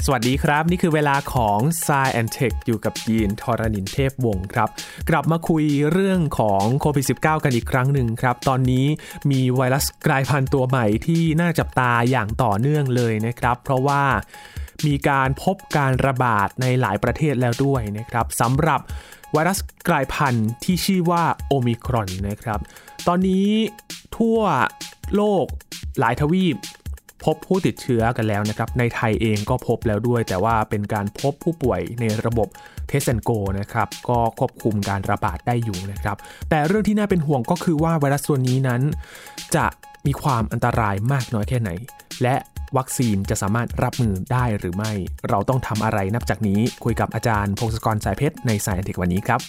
สวัสดีครับนี่คือเวลาของ Science and Tech อยู่กับยีนทรณินเทพวงศ์ครับกลับมาคุยเรื่องของโควิด -19 กันอีกครั้งหนึ่งครับตอนนี้มีไวรัสกลายพันธุ์ตัวใหม่ที่น่าจับตาอย่างต่อเนื่องเลยนะครับเพราะว่ามีการพบการระบาดในหลายประเทศแล้วด้วยนะครับสำหรับไวรัสกลายพันธุ์ที่ชื่อว่าโอมิครอนนะครับตอนนี้ทั่วโลกหลายทวีปพบผู้ติดเชื้อกันแล้วนะครับในไทยเองก็พบแล้วด้วยแต่ว่าเป็นการพบผู้ป่วยในระบบ Test and Go นะครับก็ควบคุมการระบาดได้อยู่นะครับแต่เรื่องที่น่าเป็นห่วงก็คือว่าไวรัสตัวนี้นั้นจะมีความอันตรายมากน้อยแค่ไหนและวัคซีนจะสามารถรับมือได้หรือไม่เราต้องทำอะไรนับจากนี้คุยกับอาจารย์พงศกร สายเพชรใน Science and Tech วันนี้ครับ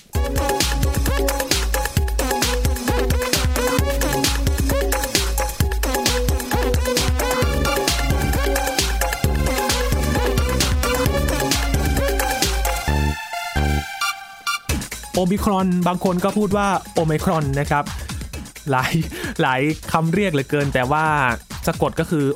โอมิครอนบางคนก็พูดว่าโอไมครอนนะครับหลายคำเรียกเหลือเกินแต่ว่าสะกดก็คือ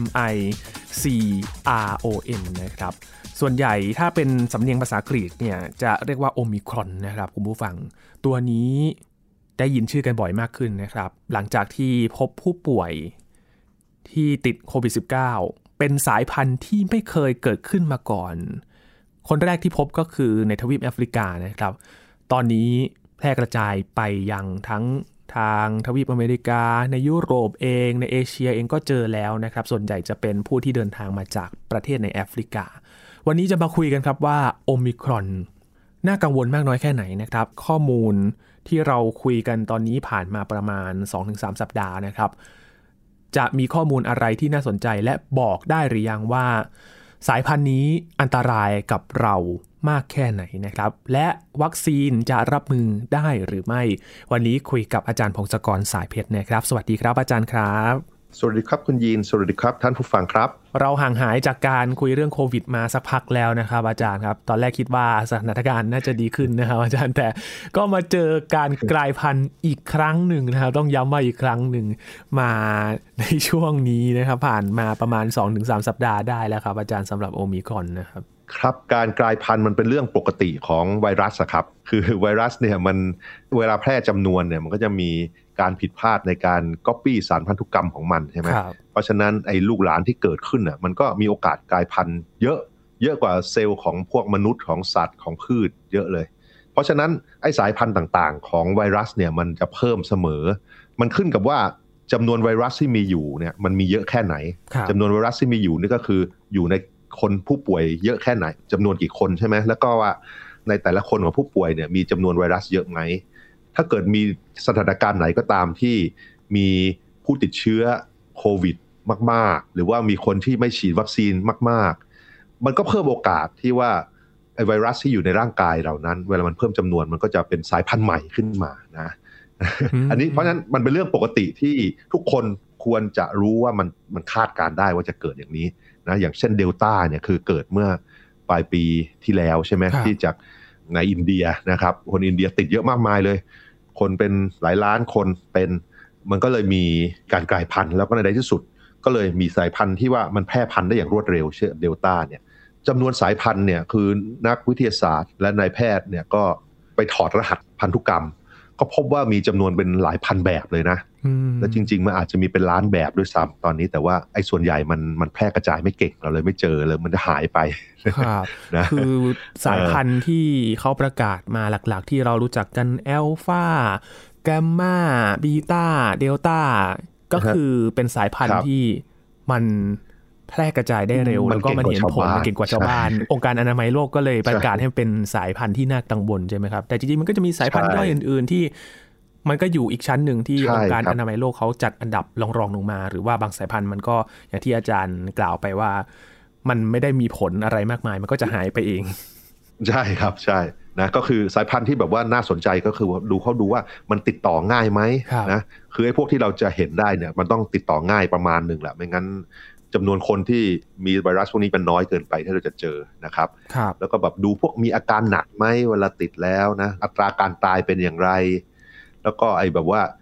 OMICRON นะครับส่วนใหญ่ถ้าเป็นสำเนียงภาษากรีกเนี่ยจะเรียกว่าโอมิครอนนะครับคุณผู้ฟังตัวนี้ได้ยินชื่อกันบ่อยมากขึ้นนะครับหลังจากที่พบผู้ป่วยที่ติดโควิด -19 เป็นสายพันธุ์ที่ไม่เคยเกิดขึ้นมาก่อนคนแรกที่พบก็คือในทวีปแอฟริกานะครับตอนนี้แพร่กระจายไปยังทั้งทางทวีปอเมริกาในยุโรปเองในเอเชียเองก็เจอแล้วนะครับส่วนใหญ่จะเป็นผู้ที่เดินทางมาจากประเทศในแอฟริกาวันนี้จะมาคุยกันครับว่าโอมิครอนน่ากังวลมากน้อยแค่ไหนนะครับข้อมูลที่เราคุยกันตอนนี้ผ่านมาประมาณ 2-3 สัปดาห์นะครับจะมีข้อมูลอะไรที่น่าสนใจและบอกได้หรือยังว่าสายพันธุ์นี้อันตรายกับเรามากแค่ไหนนะครับและวัคซีนจะรับมือได้หรือไม่วันนี้คุยกับอาจารย์พงศกร สายเพชรนะครับสวัสดีครับอาจารย์ครับสวัสดีครับคุณยีนสวัสดีครับท่านผู้ฟังครับเราห่างหายจากการคุยเรื่องโควิดมาสักพักแล้วนะครับอาจารย์ครับตอนแรกคิดว่าสถานการณ์น่าจะดีขึ้นนะครับอาจารย์แต่ก็มาเจอการกลายพันธุ์อีกครั้งหนึ่งนะครับต้องย้ำว่าอีกครั้งหนึ่งมาในช่วงนี้นะครับผ่านมาประมาณ 2-3 สัปดาห์ได้แล้วครับอาจารย์สำหรับโอมิครอนนะครับครับการกลายพันธุ์มันเป็นเรื่องปกติของไวรัสครับคือไวรัสเนี่ยมันเวลาแพร่จำนวนเนี่ยมันก็จะมีการผิดพลาดในการก๊อปปี้สารพันธุกรรมของมันใช่ไหมเพราะฉะนั้นไอ้ลูกหลานที่เกิดขึ้นน่ะมันก็มีโอกาสกลายพันธุ์เยอะกว่าเซลล์ของพวกมนุษย์ของสัตว์ของพืชเยอะเลยเพราะฉะนั้นไอ้สายพันธุ์ต่างๆของไวรัสเนี่ยมันจะเพิ่มเสมอมันขึ้นกับว่าจำนวนไวรัสที่มีอยู่เนี่ยมันมีเยอะแค่ไหนจำนวนไวรัสที่มีอยู่นี่ก็คืออยู่ในคนผู้ป่วยเยอะแค่ไหนจำนวนกี่คนใช่ไหมแล้วก็ว่าในแต่ละคนของผู้ป่วยเนี่ยมีจำนวนไวรัสเยอะไหมถ้าเกิดมีสถานการณ์ไหนก็ตามที่มีผู้ติดเชื้อโควิดมากๆหรือว่ามีคนที่ไม่ฉีดวัคซีนมากๆมันก็เพิ่มโอกาสที่ว่าไอ้ไวรัสที่อยู่ในร่างกายเหล่านั้นเวลามันเพิ่มจำนวนมันก็จะเป็นสายพันธุ์ใหม่ขึ้นมานะ อันนี้เพราะฉะนั้นมันเป็นเรื่องปกติที่ทุกคนควรจะรู้ว่ามันคาดการได้ว่าจะเกิดอย่างนี้นะอย่างเช่นเดลต้าเนี่ยคือเกิดเมื่อปลายปีที่แล้วใช่ไหมที่จากในอินเดียนะครับคนอินเดียติดเยอะมากมายเลยคนเป็นหลายล้านคนเป็นมันก็เลยมีการกลายพันธุ์แล้วก็ในที่สุดก็เลยมีสายพันธุ์ที่ว่ามันแพร่พันธุ์ได้อย่างรวดเร็วเช่นเดลต้าเนี่ยจำนวนสายพันธุ์เนี่ยคือนักวิทยาศาสตร์และนายแพทย์เนี่ยก็ไปถอดรหัสพันธุกรรมก็พบว่ามีจำนวนเป็นหลายพันแบบเลยนะและจริงๆมันอาจจะมีเป็นล้านแบบด้วยซ้ำตอนนี้แต่ว่าไอ้ส่วนใหญ่มันแพร่กระจายไม่เก่งเราเลยไม่เจอเลยมันจะหายไปนะคือสายพันธุ์ที่เขาประกาศมาหลักๆที่เรารู้จักกันแอลฟาแกมมาบีตาเดลต้าก็คือเป็นสายพันธุ์ที่มันแพร่กระจายได้เร็วแล้วก็มันเห็นผลเก่งกว่าชาวบ้านองค์การอนามัยโลกก็เลยประกาศให้เป็นสายพันธุ์ที่น่ากังวลใช่ไหมครับแต่จริงๆมันก็จะมีสายพันธุ์ย่อยอื่นๆที่มันก็อยู่อีกชั้นหนึ่งที่องค์การอนามัยโลกเขาจัดอันดับรองลงมาหรือว่าบางสายพันธุ์มันก็อย่างที่อาจารย์กล่าวไปว่ามันไม่ได้มีผลอะไรมากมายมันก็จะหายไปเองใช่ครับใช่นะก็คือสายพันธุ์ที่แบบว่าน่าสนใจก็คือเขาดูว่ามันติดต่อง่ายไหมนะคือไอ้พวกที่เราจะเห็นได้เนี่ยมันต้องติดต่อง่ายประมาณนึงแหละไม่งั้นจำนวนคนที่มีไวรัสพวกนี้เป็นน้อยเกินไปที่เราจะเจอนะครับแล้วก็แบบดูพวกมีอาการหนักไหมเวลาติดแล้วนะอัตราการตายเป็นอย่างไรแล้วก็ไอ้แบบว่า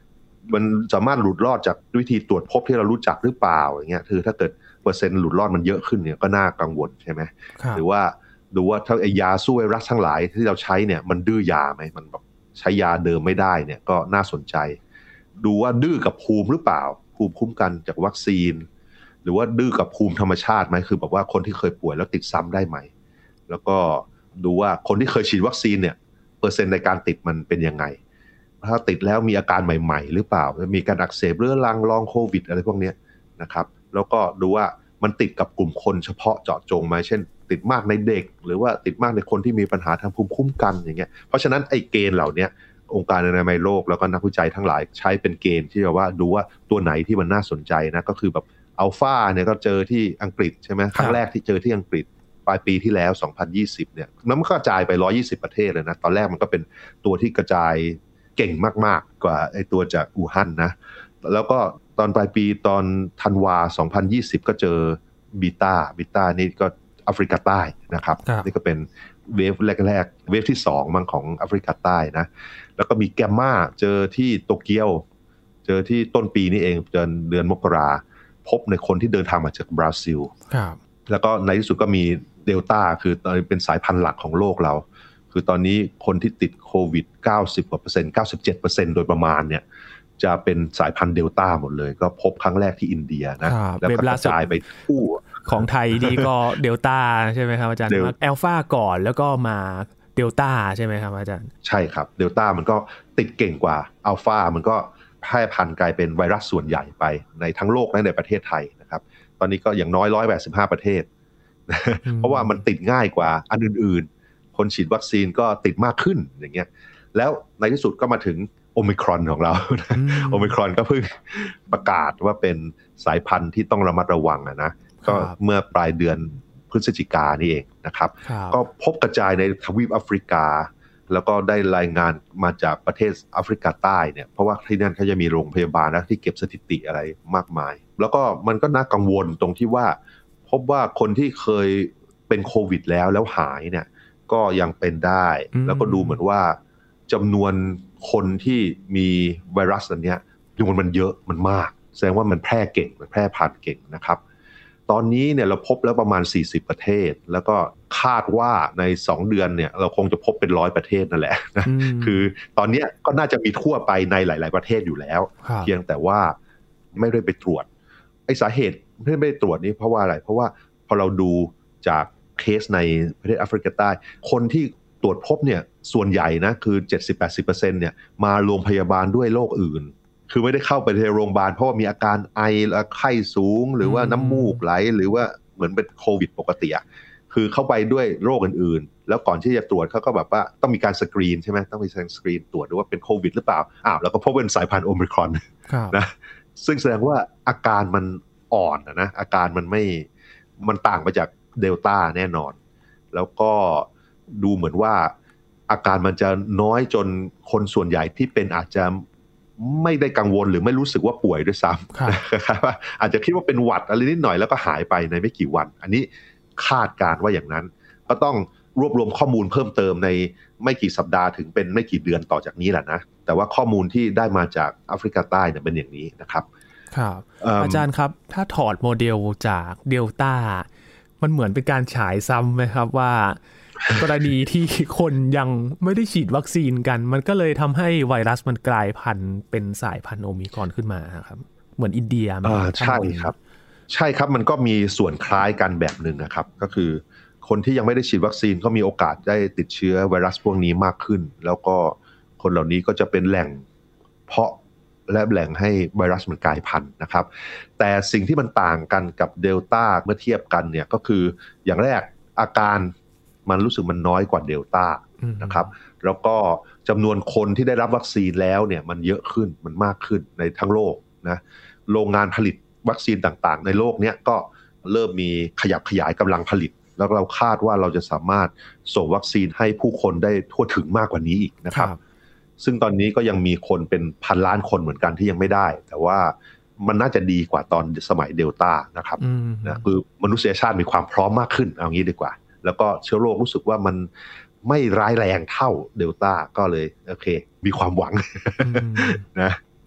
มันสามารถหลุดรอดจากวิธีตรวจพบที่เรารู้จักหรือเปล่าอย่างเงี้ยคือถ้าเกิดเปอร์เซ็นต์หลุดรอดมันเยอะขึ้นเนี่ยก็น่ากังวลใช่ไหมหรือว่าดูว่าถ้าไอยาสู้ไวรัสทั้งหลายที่เราใช้เนี่ยมันดื้อยาไหมมันแบบใช้ยาเดิมไม่ได้เนี่ยก็น่าสนใจดูว่าดื้อกับภูมิหรือเปล่าภูมิคุ้มกันจากวัคซีนหรือว่าดื้อกับภูมิธรรมชาติไหมคือแบบว่าคนที่เคยป่วยแล้วติดซ้ำได้ไหมแล้วก็ดูว่าคนที่เคยฉีดวัคซีนเนี่ยเปอร์เซ็นต์ในการติดมันเป็นยังไงถ้าติดแล้วมีอาการใหม่ๆหรือเปล่ามีการอักเสบเรื้อรังลองโควิดอะไรพวกนี้นะครับแล้วก็ดูว่ามันติดกับกลุ่มคนเฉพาะเจาะจงไหมเช่นติดมากในเด็กหรือว่าติดมากในคนที่มีปัญหาทางภูมิคุ้มกันอย่างเงี้ยเพราะฉะนั้นไอ้เกณฑ์เหล่านี้องค์การอนามัยโลกแล้วก็นักวิจัยทั้งหลายใช้เป็นเกณฑ์ที่จะว่าดูว่าตัวไหนที่มันน่าสนใจนะก็คือแบบอัลฟาเนี่ยก็เจอที่อังกฤษใช่ไหมครั้งแรกที่เจอที่อังกฤษปลายปีที่แล้ว2020เนี่ยแล้วมันก็กระจายไป120ประเทศเลยนะตอนแรกมันก็เป็นตัวที่กระจายเก่งมากๆกว่าไอ้ตัวจากอู่ฮั่นนะแล้วก็ตอนปลายปีตอนธันวา2020ก็เจอบีต้านี่ก็แอฟริกาใต้นะครับนี่ก็เป็นเวฟแรกๆเวฟที่2มั้งของแอฟริกาใต้นะแล้วก็มีแกมมาเจอที่โตเกียวเจอที่ต้นปีนี้เองเดือนมกราพบในคนที่เดินทางมาจากบราซิลแล้วก็ในที่สุดก็มีเดลต้าคือตอนนี้เป็นสายพันธุ์หลักของโลกเราคือตอนนี้คนที่ติดโควิด90%กว่า97%โดยประมาณเนี่ยจะเป็นสายพันธุ์เดลต้าหมดเลยก็พบครั้งแรกที่อินเดียนะแล้วก็กระจายไปทั่วของไทยนี่ก็เดลต้าใช่ไหมครับอาจารย์อัลฟาก่อนแล้วก็มาเดลต้าใช่ไหมครับอาจารย์ใช่ครับเดลต้ามันก็ติดเก่งกว่าอัลฟามันก็แพร่พันธุ์กลายเป็นไวรัสส่วนใหญ่ไปในทั้งโลกและในประเทศไทยนะครับตอนนี้ก็อย่างน้อย185ประเทศเพราะว่ามันติดง่ายกว่าอันอื่นๆคนฉีดวัคซีนก็ติดมากขึ้นอย่างเงี้ยแล้วในที่สุดก็มาถึงโอมิครอนของเราโอมิครอนก็เพิ่งประกาศว่าเป็นสายพันธุ์ที่ต้องระมัดระวังนะก็เมื่อปลายเดือนพฤศจิกายนนี่เองนะครับก็พบกระจายในทวีปแอฟริกาแล้วก็ได้รายงานมาจากประเทศแอฟริกาใต้เนี่ยเพราะว่าที่นั่นเขาจะมีโรงพยาบาลนะที่เก็บสถิติอะไรมากมายแล้วก็มันก็น่ากังวลตรงที่ว่าพบว่าคนที่เคยเป็นโควิดแล้วหายเนี่ยก็ยังเป็นได้แล้วก็ดูเหมือนว่าจำนวนคนที่มีไวรัสอันเนี้ยจำนวนมันเยอะมันมากแสดงว่ามันแพร่เก่งมันแพร่พันธุ์เก่งนะครับตอนนี้เนี่ยเราพบแล้วประมาณ40ประเทศแล้วก็คาดว่าใน2เดือนเนี่ยเราคงจะพบเป็น100ประเทศนั่นแหละนะคือตอนนี้ก็น่าจะมีทั่วไปในหลายๆประเทศอยู่แล้วเพียงแต่ว่าไม่ได้ไปตรวจไอ้สาเหตุที่ไม่ได้ตรวจนี้เพราะว่าอะไรเพราะว่าพอเราดูจากเคสในประเทศแอฟริกาใต้คนที่ตรวจพบเนี่ยส่วนใหญ่นะคือ 70-80% เนี่ยมาโรงพยาบาลด้วยโรคอื่นคือไม่ได้เข้าไปในโรงพยาบาลเพราะว่ามีอาการไอและไข้สูงหรือว่าน้ำมูกไหลหรือว่าเหมือนเป็นโควิดปกติคือเข้าไปด้วยโรคอื่นๆแล้วก่อนที่จะตรวจเขาก็แบบว่าต้องมีการสกรีนใช่ไหมต้องมีการสกรีนตรวจดูว่าเป็นโควิดหรือเปล่าแล้วก็พบเป็นสายพันธุ์โอมิครอนนะซึ่งแสดงว่าอาการมันอ่อนนะอาการมันต่างไปจากเดลต้าแน่นอนแล้วก็ดูเหมือนว่าอาการมันจะน้อยจนคนส่วนใหญ่ที่เป็นอาจจะไม่ได้กังวลหรือไม่รู้สึกว่าป่วยด้วยซ้ำนะครับอาจจะคิดว่าเป็นหวัดอะไรนิดหน่อยแล้วก็หายไปในไม่กี่วันอันนี้คาดการว่าอย่างนั้นก็ต้องรวบรวมข้อมูลเพิ่มเติมในไม่กี่สัปดาห์ถึงเป็นไม่กี่เดือนต่อจากนี้แหละนะแต่ว่าข้อมูลที่ได้มาจากแอฟริกาใต้เนี่ยเป็นอย่างนี้นะครับครับอาจารย์ครับถ้าถอดโมเดลจากเดลต้ามันเหมือนเป็นการฉายซ้ำไหมครับว่ากรณีที่คนยังไม่ได้ฉีดวัคซีนกันมันก็เลยทำให้ไวรัสมันกลายพันธุ์เป็นสายพันธุ์โอมิครอนขึ้นมาครับเหมือนอินเดียใช่ครับมันก็มีส่วนคล้ายกันแบบนึงนะครับก็คือคนที่ยังไม่ได้ฉีดวัคซีนก็มีโอกาสได้ติดเชื้อไวรัสพวกนี้มากขึ้นแล้วก็คนเหล่านี้ก็จะเป็นแหล่งเพาะและแหล่งให้ไวรัสมันกลายพันธุ์นะครับแต่สิ่งที่มันต่างกันกับเดลต้าเมื่อเทียบกันเนี่ยก็คืออย่างแรกอาการมันรู้สึกมันน้อยกว่าเดลต้านะครับแล้วก็จำนวนคนที่ได้รับวัคซีนแล้วเนี่ยมันเยอะขึ้นมันมากขึ้นในทั้งโลกนะโรงงานผลิตวัคซีนต่างๆในโลกเนี้ยก็เริ่มมีขยับขยายกำลังผลิตแล้วเราคาดว่าเราจะสามารถส่งวัคซีนให้ผู้คนได้ทั่วถึงมากกว่านี้อีกนะครับซึ่งตอนนี้ก็ยังมีคนเป็นพันล้านคนเหมือนกันที่ยังไม่ได้แต่ว่ามันน่าจะดีกว่าตอนสมัยเดลต้านะครับนะคือมนุษยชาติมีความพร้อมมากขึ้นเอางี้ดีกว่าแล้วก็เชื้อโรครู้สึกว่ามันไม่ร้ายแรงเท่าเดลต้าก็เลยโอเคมีความหวังนะ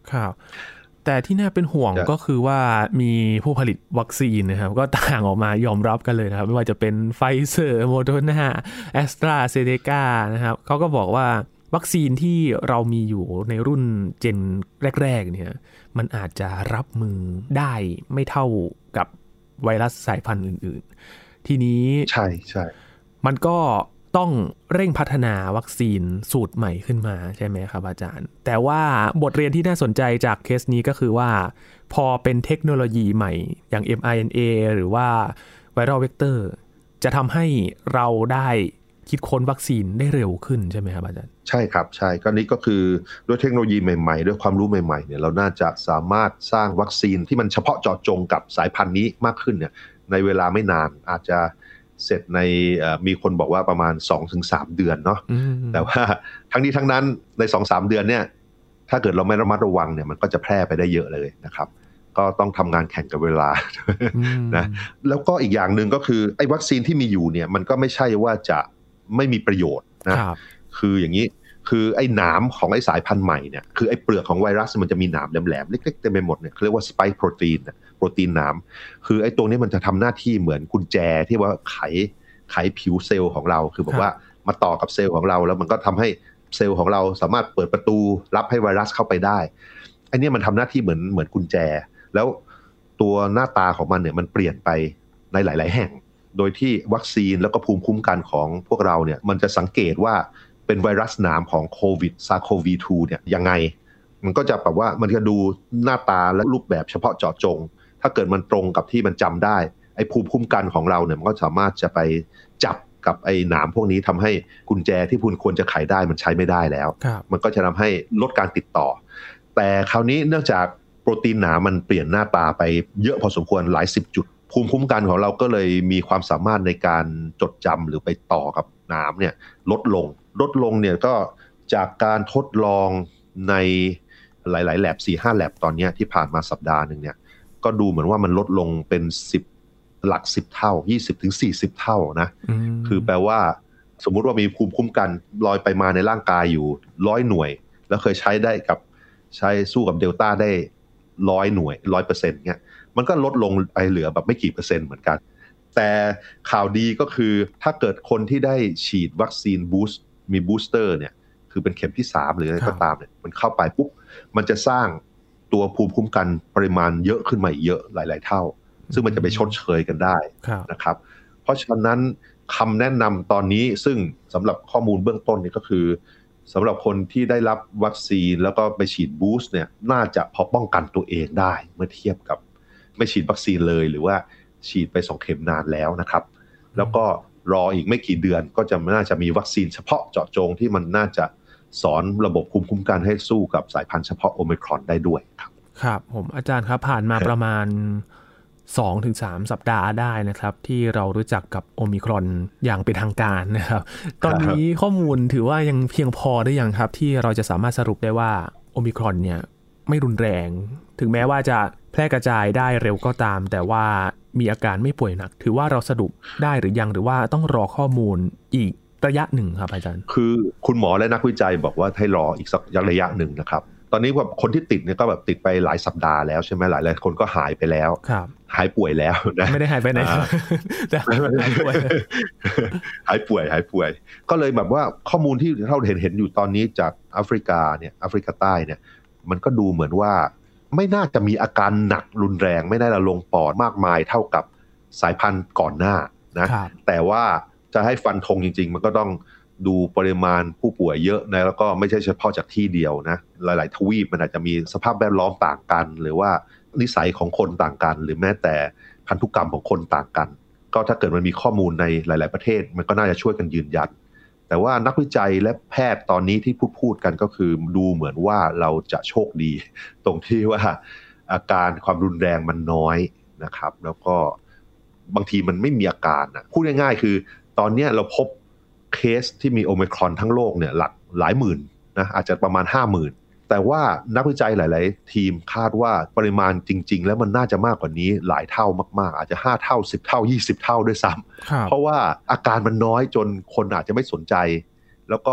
ครับแต่ที่น่าเป็นห่วงก็คือว่ามีผู้ผลิตวัคซีนนะครับก็ต่างออกมายอมรับกันเลยนะครับไม่ว่าจะเป็นไฟเซอร์โมเดอร์นาแอสตราเซเนกานะครับเขาก็บอกว่าวัคซีนที่เรามีอยู่ในรุ่นเจนแรกๆเนี่ยมันอาจจะรับมือได้ไม่เท่ากับไวรัสสายพันธุ์อื่นๆทีนี้ใช่ใช่มันก็ต้องเร่งพัฒนาวัคซีนสูตรใหม่ขึ้นมาใช่ไหมครับอาจารย์แต่ว่าบทเรียนที่น่าสนใจจากเคสนี้ก็คือว่าพอเป็นเทคโนโลยีใหม่อย่าง mRNA หรือว่า Viral Vector จะทำให้เราได้คิดค้นวัคซีนได้เร็วขึ้นใช่ไหมครับอาจารย์ใช่ครับใช่ก็นี้ก็คือด้วยเทคโนโลยีใหม่ๆด้วยความรู้ใหม่ๆเนี่ยเราน่าจะสามารถสร้างวัคซีนที่มันเฉพาะเจาะจงกับสายพันธุ์นี้มากขึ้นเนี่ยในเวลาไม่นานอาจจะเสร็จในมีคนบอกว่าประมาณ 2-3 เดือนเนาะแต่ว่าทั้งนี้ทั้งนั้นใน 2-3 เดือนเนี่ยถ้าเกิดเราไม่ระมัดระวังเนี่ยมันก็จะแพร่ไปได้เยอะเลยนะครับก็ต้องทำงานแข่งกับเวลานะแล้วก็อีกอย่างหนึ่งก็คือไอ้วัคซีนที่มีอยู่เนี่ยมันก็ไม่ใช่ว่าจะไม่มีประโยชน์นะคืออย่างนี้คือไอ้หนามของไอ้สายพันธุ์ใหม่เนี่ยคือไอ้เปลือกของไวรัสมันจะมีหนามแหลมๆเล็กๆเต็มไปหมดเนี่ยเรียกว่าสไปค์โปรตีนหนามคือไอ้ตรงนี้มันจะทำหน้าที่เหมือนกุญแจที่ว่าไขผิวเซลล์ของเราคือบอกว่ามาต่อกับเซลล์ของเราแล้วมันก็ทำให้เซลล์ของเราสามารถเปิดประตูรับให้ไวรัสเข้าไปได้ไอ้นี่มันทำหน้าที่เหมือนกุญแจแล้วตัวหน้าตาของมันเนี่ยมันเปลี่ยนไปในหลายๆแห่งโดยที่วัคซีนแล้วก็ภูมิคุ้มกันของพวกเราเนี่ยมันจะสังเกตว่าเป็นไวรัสหนามของโควิดซาร์โควี 2เนี่ยยังไงมันก็จะแบบว่ามันจะดูหน้าตาและรูปแบบเฉพาะเจาะจงถ้าเกิดมันตรงกับที่มันจำได้ไอ้ภูมิคุ้มกันของเราเนี่ยมันก็สามารถจะไปจับกับไอ้หนามพวกนี้ทำให้กุญแจที่คุณควรจะไขได้มันใช้ไม่ได้แล้วมันก็จะทำให้ลดการติดต่อแต่คราวนี้เนื่องจากโปรตีนหนามมันเปลี่ยนหน้าตาไปเยอะพอสมควรหลายสิบจุดภูมิคุ้มกันของเราก็เลยมีความสามารถในการจดจำหรือไปต่อกับหนามเนี่ยลดลงเนี่ยก็จากการทดลองในหลายๆแลบ 4-5 แลบตอนนี้ที่ผ่านมาสัปดาห์นึงเนี่ยก็ดูเหมือนว่ามันลดลงเป็น10หลัก10เท่า 20-40 เท่านะคือแปลว่าสมมุติว่ามีภูมิคุ้มกันลอยไปมาในร่างกายอยู่100หน่วยแล้วเคยใช้ได้กับใช้สู้กับเดลต้าได้100หน่วย 100% เงี้ยมันก็ลดลงไปเหลือแบบไม่กี่เปอร์เซ็นต์เหมือนกันแต่ข่าวดีก็คือถ้าเกิดคนที่ได้ฉีดวัคซีนมีบูสเตอร์เนี่ยคือเป็นเข็มที่3หรืออะไรก็ตามเนี่ยมันเข้าไปปุ๊บมันจะสร้างตัวภูมิคุ้มกันปริมาณเยอะขึ้นมาเยอะหลายๆเท่าซึ่งมันจะไปชดเชยกันได้นะครับเพราะฉะนั้นคำแนะนำตอนนี้ซึ่งสำหรับข้อมูลเบื้องต้นนี่ก็คือสำหรับคนที่ได้รับวัคซีนแล้วก็ไปฉีดบูสต์เนี่ยน่าจะพอป้องกันตัวเองได้เมื่อเทียบกับไม่ฉีดวัคซีนเลยหรือว่าฉีดไป2เข็มนานแล้วนะครับแล้วก็รออีกไม่กี่เดือนก็จะน่าจะมีวัคซีนเฉพาะเจาะจงที่มันน่าจะสอนระบบภูมิคุ้มกันให้สู้กับสายพันธุ์เฉพาะโอไมครอนได้ด้วยครับครับผมอาจารย์ครับผ่านมาประมาณ 2-3 สัปดาห์ได้นะครับที่เรารู้จักกับโอมิครอนอย่างเป็นทางการนะครับตอนนี้ข้อมูลถือว่ายังเพียงพอได้ยังครับที่เราจะสามารถสรุปได้ว่าโอมิครอนเนี่ยไม่รุนแรงถึงแม้ว่าจะแพร่กระจายได้เร็วก็ตามแต่ว่ามีอาการไม่ป่วยหนักถือว่าเราสรุปได้หรือยังหรือว่าต้องรอข้อมูลอีกระยะหนึ่งครับอาจารย์คือคุณหมอและนักวิจัยบอกว่าให้รออีกสักระยะหนึ่งนะครับตอนนี้แบบคนที่ติดเนี่ยก็แบบติดไปหลายสัปดาห์แล้วใช่ไหมหลายคนก็หายไปแล้วหายป่วยแล้วนะไม่ได้หายไปไหนแต่หายป่วยหายป่วยก็เลยแบบว่าข้อมูลที่เราเห็นอยู่ตอนนี้จากแอฟริกาใต้เนี่ยมันก็ดูเหมือนว่าไม่น่าจะมีอาการหนักรุนแรงไม่ได้ละลงปอดมากมายเท่ากับสายพันธุ์ก่อนหน้านะแต่ว่าจะให้ฟันธงจริงๆมันก็ต้องดูปริมาณผู้ป่วยเยอะนะแล้วก็ไม่ใช่เฉพาะจากที่เดียวนะหลายๆทวีปมันอาจจะมีสภาพแวดล้อมต่างกันหรือว่านิสัยของคนต่างกันหรือแม้แต่พันธุกรรมของคนต่างกันก็ถ้าเกิดมันมีข้อมูลในหลายๆประเทศมันก็น่าจะช่วยกันยืนยันแต่ว่านักวิจัยและแพทย์ตอนนี้ที่พูดกันก็คือดูเหมือนว่าเราจะโชคดีตรงที่ว่าอาการความรุนแรงมันน้อยนะครับแล้วก็บางทีมันไม่มีอาการนะพูดง่ายๆคือตอนนี้เราพบเคสที่มีโอไมครอนทั้งโลกเนี่ยหลายหมื่นนะอาจจะประมาณ 50,000 แต่ว่านักวิจัยหลายๆทีมคาดว่าปริมาณจริงๆแล้วมันน่าจะมากกว่านี้หลายเท่ามากๆอาจจะ5เท่า10เท่า20เท่าด้วยซ้ำเพราะว่าอาการมันน้อยจนคนอาจจะไม่สนใจแล้วก็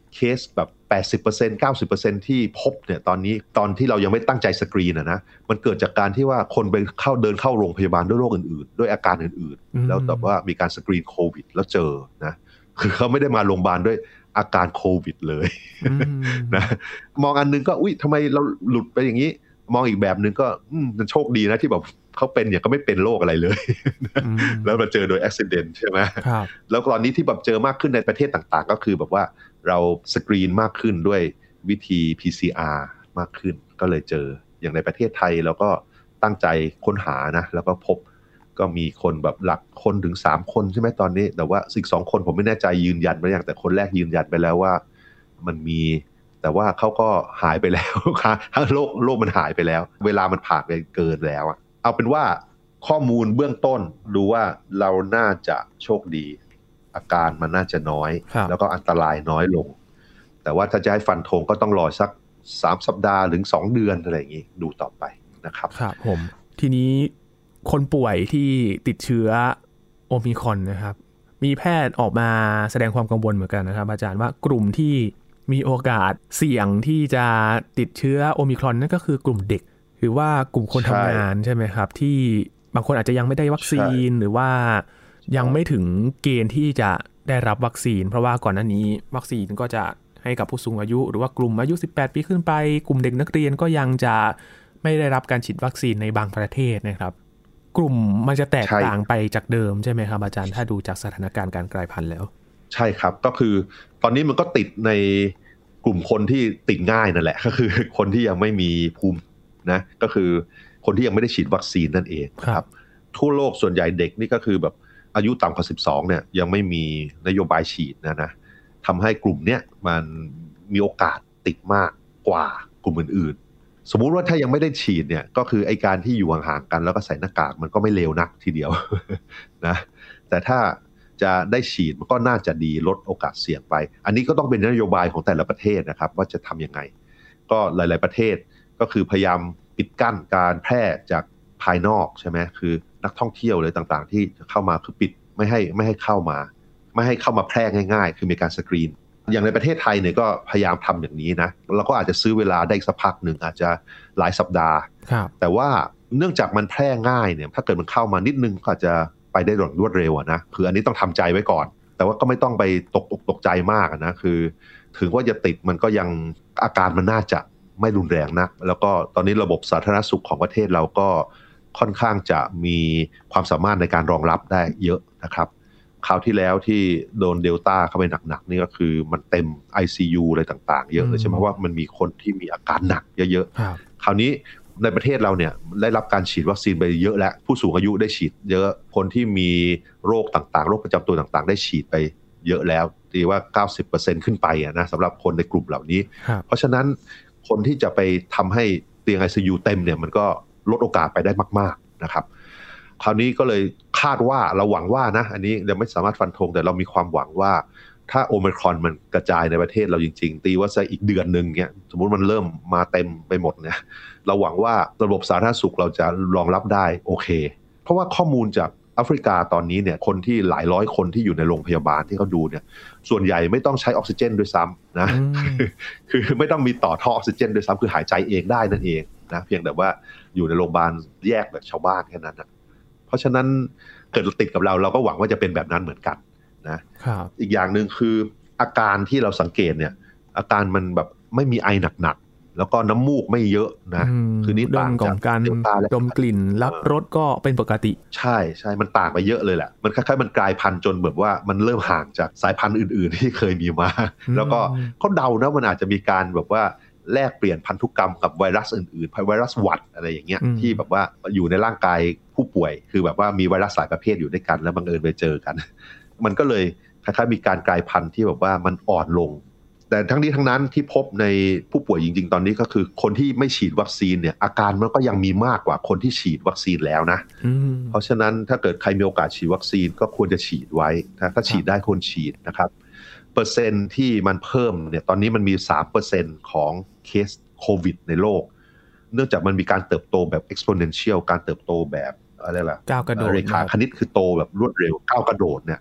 เคสแบบ 80% 90% ที่พบเนี่ยตอนที่เรายังไม่ตั้งใจสกรีนนะมันเกิดจากการที่ว่าคนไปเดินเข้าโรงพยาบาลด้วยโรคอื่นๆด้วยอาการอื่นๆแล้วแต่ว่ามีการสกรีนโควิดแล้วเจอนะคือเขาไม่ได้มาโรงพยาบาลด้วยอาการโควิดเลยนะมองอันนึงก็อุ๊ยทำไมเราหลุดไปอย่างนี้มองอีกแบบนึงก็มันโชคดีนะที่แบบเขาเป็นอย่างก็ไม่เป็นโรคอะไรเลยแล้วมาเจอโดยอุบัติเหตุใช่ไหมแล้วตอนนี้ที่แบบเจอมากขึ้นในประเทศต่างๆก็คือแบบว่าเราสกรีนมากขึ้นด้วยวิธี PCR มากขึ้นก็เลยเจออย่างในประเทศไทยเราก็ตั้งใจค้นหานะแล้วก็พบก็มีคนแบบหลักคนถึง3คนใช่ไหมตอนนี้แต่ว่าอีก2คนผมไม่แน่ใจยืนยันไปอย่างแต่คนแรกยืนยันไปแล้วว่ามันมีแต่ว่าเขาก็หายไปแล้วค่ะโรคมันหายไปแล้วเวลามันผ่านไปเกินแล้วเอาเป็นว่าข้อมูลเบื้องต้นดูว่าเราน่าจะโชคดีอาการมันน่าจะน้อยแล้วก็อันตรายน้อยลงแต่ว่าถ้าจะให้ฟันธงก็ต้องรอสัก3สัปดาห์ถึง2เดือนอะไรอย่างงี้ดูต่อไปนะครับครับผมทีนี้คนป่วยที่ติดเชื้อโอมิครอนนะครับมีแพทย์ออกมาแสดงความกังวลเหมือนกันนะครับอาจารย์ว่ากลุ่มที่มีโอกาสเสี่ยงที่จะติดเชื้อโอมิครอนนั่นก็คือกลุ่มเด็กหรือว่ากลุ่มคนทำงานใช่ไหมครับที่บางคนอาจจะยังไม่ได้วัคซีนหรือว่ายังไม่ถึงเกณฑ์ที่จะได้รับวัคซีนเพราะว่าก่อนหน้านี้วัคซีนก็จะให้กับผู้สูงอายุหรือว่ากลุ่มอายุ18ปีขึ้นไปกลุ่มเด็กนักเรียนก็ยังจะไม่ได้รับการฉีดวัคซีนในบางประเทศนะครับกลุ่มมันจะแตกต่างไปจากเดิมใช่ไหมครับอาจารย์ถ้าดูจากสถานการณ์การกลายพันธุ์แล้วใช่ครับก็คือตอนนี้มันก็ติดในกลุ่มคนที่ติดง่ายนั่นแหละก็คือคนที่ยังไม่มีภูมินะก็คือคนที่ยังไม่ได้ฉีดวัคซีนนั่นเองครับทั่วโลกส่วนใหญ่เด็กนี่ก็คือแบบอายุต่ำกว่า12เนี่ยยังไม่มีนโยบายฉีดนะทำให้กลุ่มเนี้ยมันมีโอกาสติดมากกว่ากลุ่มอื่นๆสมมุติว่าถ้ายังไม่ได้ฉีดเนี่ยก็คือไอ้การที่อยู่ห่างๆกันแล้วก็ใส่หน้ากากมันก็ไม่เลวนักทีเดียวนะแต่ถ้าจะได้ฉีดมันก็น่าจะดีลดโอกาสเสี่ยงไปอันนี้ก็ต้องเป็นนโยบายของแต่ละประเทศนะครับว่าจะทำยังไงก็หลายๆประเทศก็คือพยายามปิดกั้นการแพร่จากภายนอกใช่ไหมคือนักท่องเที่ยวเลยต่างๆที่เข้ามาคือปิดไม่ให้เข้ามาแพร่ง่ายๆคือมีการสกรีนอย่างในประเทศไทยเนี่ยก็พยายามทำอย่างนี้นะเราก็อาจจะซื้อเวลาได้สักพักหนึ่งอาจจะหลายสัปดาห์แต่ว่าเนื่องจากมันแพร่ง่ายเนี่ยถ้าเกิดมันเข้ามานิดนึงก็อาจจะไปได้รวดเร็วนะคืออันนี้ต้องทำใจไว้ก่อนแต่ว่าก็ไม่ต้องไปตกใจมากนะคือถึงว่าจะติดมันก็ยังอาการมันน่าจะไม่รุนแรงนักแล้วก็ตอนนี้ระบบสาธารณสุขของประเทศเราก็ค่อนข้างจะมีความสามารถในการรองรับได้เยอะนะครับคราวที่แล้วที่โดนเดลต้าเข้าไปหนักๆนี่ก็คือมันเต็ม ICU อะไรต่างๆเยอะเลยใช่ไหมว่ามันมีคนที่มีอาการหนักเยอะๆคราวนี้ในประเทศเราเนี่ยได้รับการฉีดวัคซีนไปเยอะแล้วผู้สูงอายุได้ฉีดเยอะคนที่มีโรคต่างๆโรคประจำตัวต่างๆได้ฉีดไปเยอะแล้วตีว่า 90% ขึ้นไปนะสำหรับคนในกลุ่มเหล่านี้เพราะฉะนั้นคนที่จะไปทำให้เตียง ICU เต็มเนี่ยมันก็ลดโอกาสไปได้มากๆนะครับคราวนี้ก็เลยคาดว่าเราหวังว่านะอันนี้ยังไม่สามารถฟันธงแต่เรามีความหวังว่าถ้าโอไมครอนมันกระจายในประเทศเราจริงๆตีว่าสักอีกเดือนนึงเนี่ยสมมุติมันเริ่มมาเต็มไปหมดเนี่ยเราหวังว่าระบบสาธารณสุขเราจะรองรับได้โอเคเพราะว่าข้อมูลจากแอฟริกาตอนนี้เนี่ยคนที่หลายร้อยคนที่อยู่ในโรงพยาบาลที่เขาดูเนี่ยส่วนใหญ่ไม่ต้องใช้ออกซิเจนด้วยซ้ำนะคือไม่ต้องมีต่อท่อออกซิเจนด้วยซ้ำคือหายใจเองได้นั่นเองนะเพียงแต่ว่าอยู่ในโรงพยาบาลแยกแบบชาวบ้านแค่นั้นนะเพราะฉะนั้นเกิดติดกับเราก็หวังว่าจะเป็นแบบนั้นเหมือนกันนะอีกอย่างนึงคืออาการที่เราสังเกตเนี่ยอาการมันแบบไม่มีไอหนักๆแล้วก็น้ำมูกไม่เยอะนะคือนี่ต่างจากการดมกลิ่นรับรสก็เป็นปกติใช่มันต่างไปเยอะเลยแหละมันคล้ายๆมันกลายพันธุ์จนแบบว่ามันเริ่มห่างจากสายพันธุ์อื่นๆที่เคยมีมาแล้วก็เขาเดานะมันอาจจะมีการแบบว่าแลกเปลี่ยนพันธุกรรมกับไวรัสอื่นๆไวรัสหวัดอะไรอย่างเงี้ยที่แบบว่าอยู่ในร่างกายผู้ป่วยคือแบบว่ามีไวรัสหลายประเภทอยู่ด้วยกันแล้วบังเอิญไปเจอกันมันก็เลยคล้ายๆมีการกลายพันธุ์ที่แบบว่ามันอ่อนลงแต่ทั้งนี้ทั้งนั้นที่พบในผู้ป่วยจริงๆตอนนี้ก็คือคนที่ไม่ฉีดวัคซีนเนี่ยอาการมันก็ยังมีมากกว่าคนที่ฉีดวัคซีนแล้วนะเพราะฉะนั้นถ้าเกิดใครมีโอกาสฉีดวัคซีนก็ควรจะฉีดไว้ถ้าฉีดได้ควรฉีดนะครับเปอร์เซ็นต์ที่มันเพิ่มเนี่ยตอนนี้มันมี 3% ของเคสโควิดในโลกเนื่องจากมันมีการเติบโตแบบ exponential การเติบโตแบบอะไรล่ะก้าวกระโดดเรขาคณิตคือโตแบบรวดเร็วก้าวกระโดดเนี่ย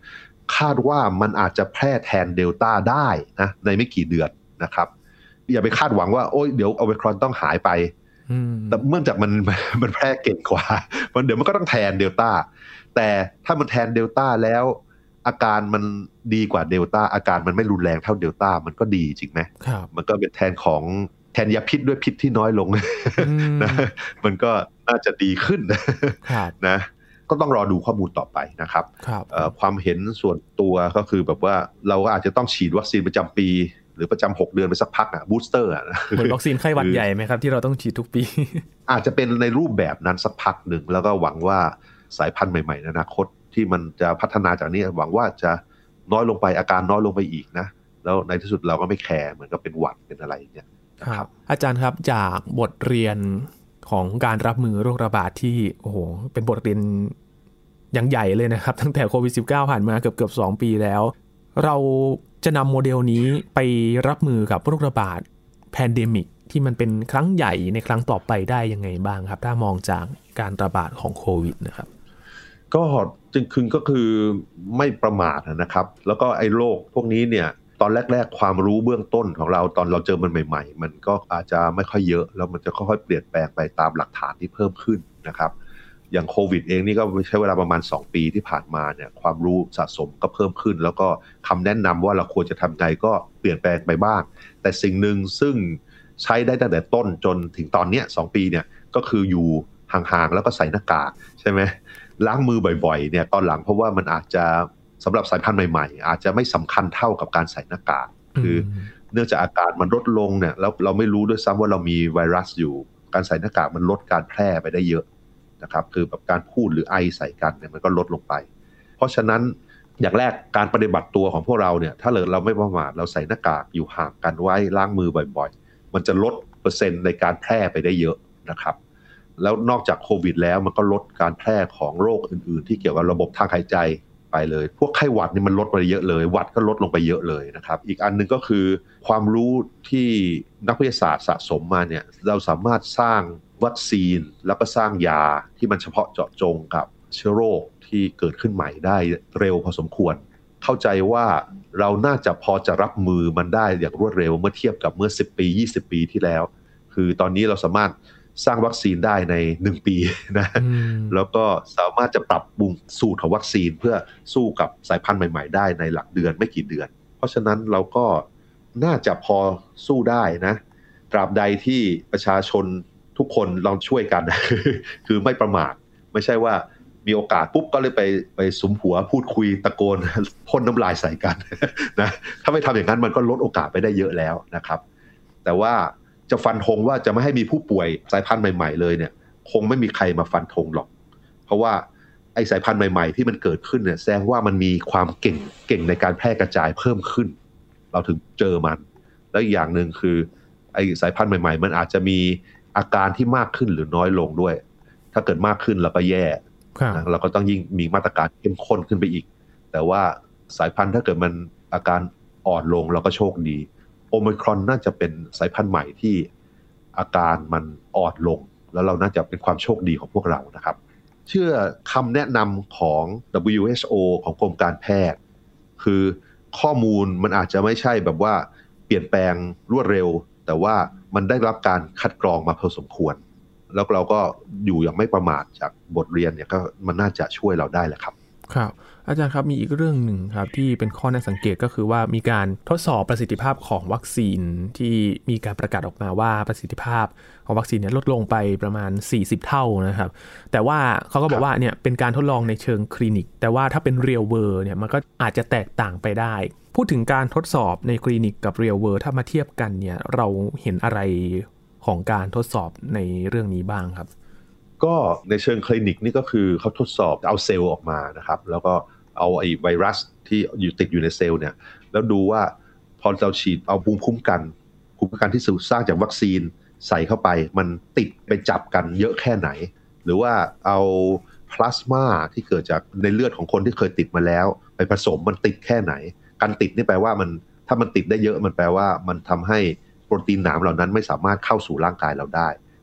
คาดว่ามันอาจจะแพร่แทนเดลต้าได้นะในไม่กี่เดือนนะครับอย่าไปคาดหวังว่าโอ้ยเดี๋ยวโอไมครอนต้องหายไปแต่เมื่อจากมันแพร่เก่งกว่ามันเดี๋ยวมันก็ต้องแทนเดลต้าแต่ถ้ามันแทนเดลต้าแล้วอาการมันดีกว่าเดลต้าอาการมันไม่รุนแรงเท่าเดลต้ามันก็ดีจริงไหมมันก็เป็นแทนยาพิษด้วยพิษที่น้อยลงนะมันก็น่าจะดีขึ้นนะก็ต้องรอดูข้อมูลต่อไปนะครับความเห็นส่วนตัวก็คือแบบว่าเราก็อาจจะต้องฉีดวัคซีนประจำปีหรือประจำ6 เดือนไปสักพักบูสเตอร์เหมือนวัคซีนไข้หวัดใหญ่ไหมครับที่เราต้องฉีดทุกปีอาจจะเป็นในรูปแบบนั้นสักพักหนึ่งแล้วก็หวังว่าสายพันธุ์ใหม่ๆในอนาคตที่มันจะพัฒนาจากนี้หวังว่าจะน้อยลงไปอาการน้อยลงไปอีกนะแล้วในที่สุดเราก็ไม่แคร์เหมือนกับเป็นหวัดเป็นอะไรอย่างเงี้ยครับอาจารย์ครับจากบทเรียนของการรับมือโรคระบาดที่โอ้โหเป็นบทเรียนอย่างใหญ่เลยนะครับตั้งแต่โควิด -19 ผ่านมาเกือบ2 ปีแล้วเราจะนำโมเดลนี้ไปรับมือกับโรคระบาดแพนเดมิกที่มันเป็นครั้งใหญ่ในครั้งต่อไปได้ยังไงบ้างครับถ้ามองจากการระบาดของโควิดนะครับก็จริงๆก็คือไม่ประมาทนะครับแล้วก็ไอ้โรคพวกนี้เนี่ยตอนแรกๆความรู้เบื้องต้นของเราตอนเราเจอมันใหม่ๆมันก็อาจจะไม่ค่อยเยอะแล้วมันจะค่อยๆเปลี่ยนแปลงไปตามหลักฐานที่เพิ่มขึ้นนะครับอย่างโควิดเองนี่ก็ใช้เวลาประมาณ2 ปีที่ผ่านมาเนี่ยความรู้สะสมก็เพิ่มขึ้นแล้วก็คำแนะนำว่าเราควรจะทำไงก็เปลี่ยนแปลงไปบ้างแต่สิ่งหนึ่งซึ่งใช้ได้ตั้งแต่ต้นจนถึงตอนนี้2 ปีเนี่ยก็คืออยู่ห่างๆแล้วก็ใส่หน้ากากใช่ไหมล้างมือบ่อยๆเนี่ยตอนหลังเพราะว่ามันอาจจะสำหรับสายพันธุ์ใหม่ๆอาจจะไม่สำคัญเท่ากับการใส่หน้ากากคือเนื่องจากอาการมันลดลงเนี่ยแล้วเราไม่รู้ด้วยซ้ำว่าเรามีไวรัสอยู่การใส่หน้ากากมันลดการแพร่ไปได้เยอะนะครับคือแบบการพูดหรือไอใส่กันเนี่ยมันก็ลดลงไปเพราะฉะนั้นอย่างแรกการปฏิบัติตัวของพวกเราเนี่ยถ้าเราไม่ประมาทเราใส่หน้ากากอยู่ห่างกันไว้ล้างมือบ่อยๆมันจะลดเปอร์เซ็นต์ในการแพร่ไปได้เยอะนะครับแล้วนอกจากโควิดแล้วมันก็ลดการแพร่ของโรคอื่นๆที่เกี่ยวกับระบบทางหายใจไปเลยพวกไข้หวัดนี่มันลดไปเยอะเลยหวัดก็ลดลงไปเยอะเลยนะครับอีกอันนึงก็คือความรู้ที่นักวิทยาศาสตร์สะสมมาเนี่ยเราสามารถสร้างวัคซีนแล้วก็สร้างยาที่มันเฉพาะเจาะจงกับเชื้อโรคที่เกิดขึ้นใหม่ได้เร็วพอสมควรเข้าใจว่าเราน่าจะพอจะรับมือมันได้อย่างรวดเร็วเมื่อเทียบกับเมื่อ10 ปี20 ปีที่แล้วคือตอนนี้เราสามารถสร้างวัคซีนได้ใน1 ปีนะแล้วก็สามารถจะปรับปรุงสูตรของวัคซีนเพื่อสู้กับสายพันธุ์ใหม่ๆได้ในหลักเดือนไม่กี่เดือนเพราะฉะนั้นเราก็น่าจะพอสู้ได้นะตราบใดที่ประชาชนทุกคนลองช่วยกัน คือไม่ประมาทไม่ใช่ว่ามีโอกาสปุ๊บก็เลยไปสุมหัวพูดคุยตะโกนพ่นน้ำลายใส่กันนะถ้าไม่ทำอย่างนั้นมันก็ลดโอกาสไปได้เยอะแล้วนะครับแต่ว่าจะฟันธงว่าจะไม่ให้มีผู้ป่วยสายพันธุ์ใหม่ๆเลยเนี่ยคงไม่มีใครมาฟันธงหรอกเพราะว่าไอ้สายพันธุ์ใหม่ๆที่มันเกิดขึ้นเนี่ยแสดงว่ามันมีความเก่งในการแพร่กระจายเพิ่มขึ้นเราถึงเจอมันแล้วอีกอย่างนึงคือไอ้สายพันธุ์ใหม่ๆมันอาจจะมีอาการที่มากขึ้นหรือน้อยลงด้วยถ้าเกิดมากขึ้นเราก็แย่นะเราก็ต้องยิ่งมีมาตรการเข้มข้นขึ้นไปอีกแต่ว่าสายพันธุ์ถ้าเกิดมันอาการอ่อนลงเราก็โชคดีโอไมครอนน่าจะเป็นสายพันธุ์ใหม่ที่อาการมันอ่อนลงแล้วเราน่าจะเป็นความโชคดีของพวกเรานะครับเชื่อคำแนะนำของ WHO ของกรมการแพทย์คือข้อมูลมันอาจจะไม่ใช่แบบว่าเปลี่ยนแปลงรวดเร็วแต่ว่ามันได้รับการคัดกรองมาพอสมควรแล้วเราก็อยู่อย่างไม่ประมาทจากบทเรียนเนี่ยก็มันน่าจะช่วยเราได้แหละครับครับอาจารย์ครับมีอีกเรื่องหนึ่งครับที่เป็นข้อน่าสังเกตก็คือว่ามีการทดสอบประสิทธิภาพของวัคซีนที่มีการประกาศออกมาว่าประสิทธิภาพของวัคซีนเนี่ยลดลงไปประมาณ40 เท่านะครับแต่ว่าเขาก็บอกว่าเนี่ยเป็นการทดลองในเชิงคลินิกแต่ว่าถ้าเป็น real world เนี่ยมันก็อาจจะแตกต่างไปได้พูดถึงการทดสอบในคลินิกกับ real world ถ้ามาเทียบกันเนี่ยเราเห็นอะไรของการทดสอบในเรื่องนี้บ้างครับก็ในเชิงคลินิกนี่ก็คือเขาทดสอบเอาเซลล์ออกมานะครับแล้วก็เอาไอ้ไวรัสที่ติดอยู่ในเซลล์เนี่ยแล้วดูว่าพอเราฉีดเอาภูมิคุ้มกันที่สร้างจากวัคซีนใส่เข้าไปมันติดไปจับกันเยอะแค่ไหนหรือว่าเอาพลาสมาที่เกิดจากในเลือดของคนที่เคยติดมาแล้วไปผสมมันติดแค่ไหนการติดนี่แปลว่ามันถ้ามันติดได้เยอะมันแปลว่ามันทำให้โปรตีนหนามเหล่านั้นไม่สามารถเข้าสู่ร่างกายเราได้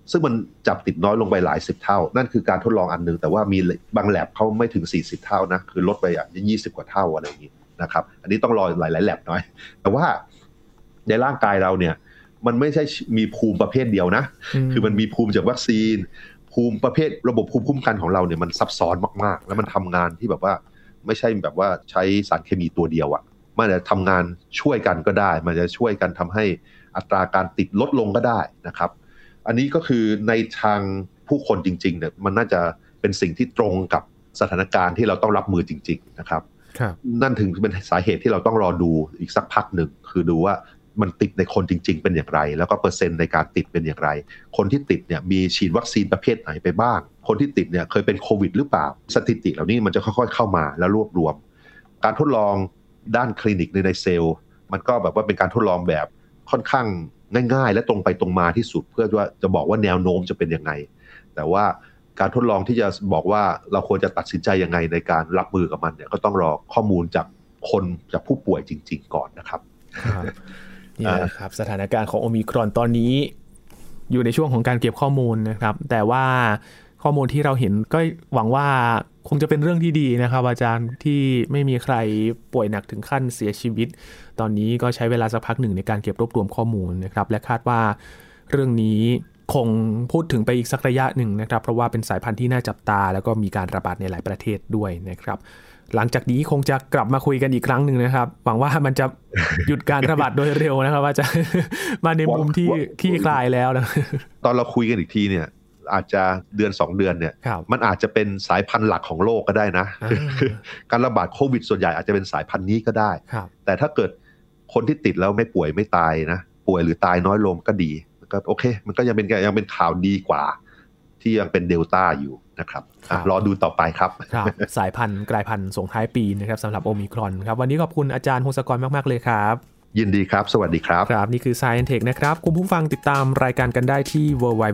ซึ่งมันจับติดน้อยลงไปหลาย10เท่านั่นคือการทดลองอันนึงแต่ว่ามีบางแลบเขาไม่ถึง40เท่านะคือลดไป20กว่าเท่าอะไรอย่างนี้นะครับอันนี้ต้องรอหลายๆแลบหน่อยแต่ว่าในร่างกายเราเนี่ยมันไม่ใช่มีภูมิประเภทเดียวนะคือมันมีภูมิจากวัคซีนภูมิประเภทระบบภูมิคุ้มกันของเราเนี่ยมันซับซ้อนมากๆแล้วมันทำงานที่แบบว่าไม่ใช่แบบว่าใช้สารเคมีตัวเดียวอ่ะมันจะทำงานช่วยกันก็ได้มันจะช่วยกันทำให้อัตราการติดลดลงก็ได้นะครับอันนี้ก็คือในทางผู้คนจริงๆเนี่ยมันน่าจะเป็นสิ่งที่ตรงกับสถานการณ์ที่เราต้องรับมือจริงๆนะครับนั่นถึงเป็นสาเหตุที่เราต้องรอดูอีกสักพักหนึ่งคือดูว่ามันติดในคนจริงๆเป็นอย่างไรแล้วก็เปอร์เซ็นต์ในการติดเป็นอย่างไรคนที่ติดเนี่ยมีฉีดวัคซีนประเภทไหนไปบ้างคนที่ติดเนี่ยเคยเป็นโควิดหรือเปล่าสถิติเหล่านี้มันจะค่อยๆเข้ามาแล้วรวบรวมการทดลองด้านคลินิกในเซลล์มันก็แบบว่าเป็นการทดลองแบบค่อนข้างง่ายๆและตรงไปตรงมาที่สุดเพื่อว่าจะบอกว่าแนวโน้มจะเป็นยังไงแต่ว่าการทดลองที่จะบอกว่าเราควรจะตัดสินใจยังไงในการรับมือกับมันเนี่ยก็ต้องรอข้อมูลจากคนจากผู้ป่วยจริงๆก่อนนะครับนี่แหละครับสถานการณ์ของโอมิครอนตอนนี้อยู่ในช่วงของการเก็บข้อมูลนะครับแต่ว่าข้อมูลที่เราเห็นก็หวังว่าคงจะเป็นเรื่องที่ดีนะครับอาจารย์ที่ไม่มีใครป่วยหนักถึงขั้นเสียชีวิตตอนนี้ก็ใช้เวลาสักพักหนึ่งในการเก็บรวบรวมข้อมูลนะครับและคาดว่าเรื่องนี้คงพูดถึงไปอีกสักระยะหนึ่งนะครับเพราะว่าเป็นสายพันธุ์ที่น่าจับตาแล้วก็มีการระบาดในหลายประเทศด้วยนะครับหลังจากนี้คงจะกลับมาคุยกันอีกครั้งหนึ่งนะครับหวังว่ามันจะหยุดการระบาดโดยเร็วนะครับว่าจะมาในมุมที่คลี่คลายแล้วนะตอนเราคุยกันอีกทีเนี่ยอาจจะเดือน2เดือนเนี่ยมันอาจจะเป็นสายพันธุ์หลักของโลกก็ได้นะการระบาดโควิดส่วนใหญ่อาจจะเป็นสายพันธุ์นี้ก็ได้แต่ถ้าเกิดคนที่ติดแล้วไม่ป่วยไม่ตายนะป่วยหรือตายน้อยลงก็ดีก็โอเคมันก็ยังเป็นข่าวดีกว่าที่ยังเป็นเดลต้าอยู่นะครับรอดูต่อไปครับสายพันธุ์กลายพันธุ์ส่งท้ายปีนะครับสำหรับโอมิครอนครับวันนี้ขอบคุณอาจารย์พงศกรมากๆเลยครับยินดีครับสวัสดีครับครับนี่คือ Science Tech นะครับคุณผู้ฟังติดตามรายการกันได้ที่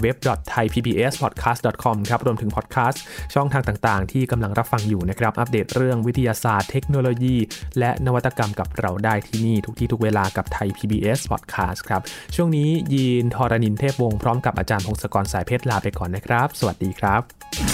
www.thaipbspodcast.com ครับรวมถึงพอดแคสต์ช่องทางต่างๆที่กำลังรับฟังอยู่นะครับอัปเดตเรื่องวิทยาศาสตร์เทคโนโลยีและนวัตกรรมกับเราได้ที่นี่ทุกที่ทุกเวลากับ Thai PBS Podcast ครับช่วงนี้ยีนทรณินเทพวงศ์พร้อมกับอาจารย์พงศกรสายเพชรลาไปก่อนนะครับสวัสดีครับ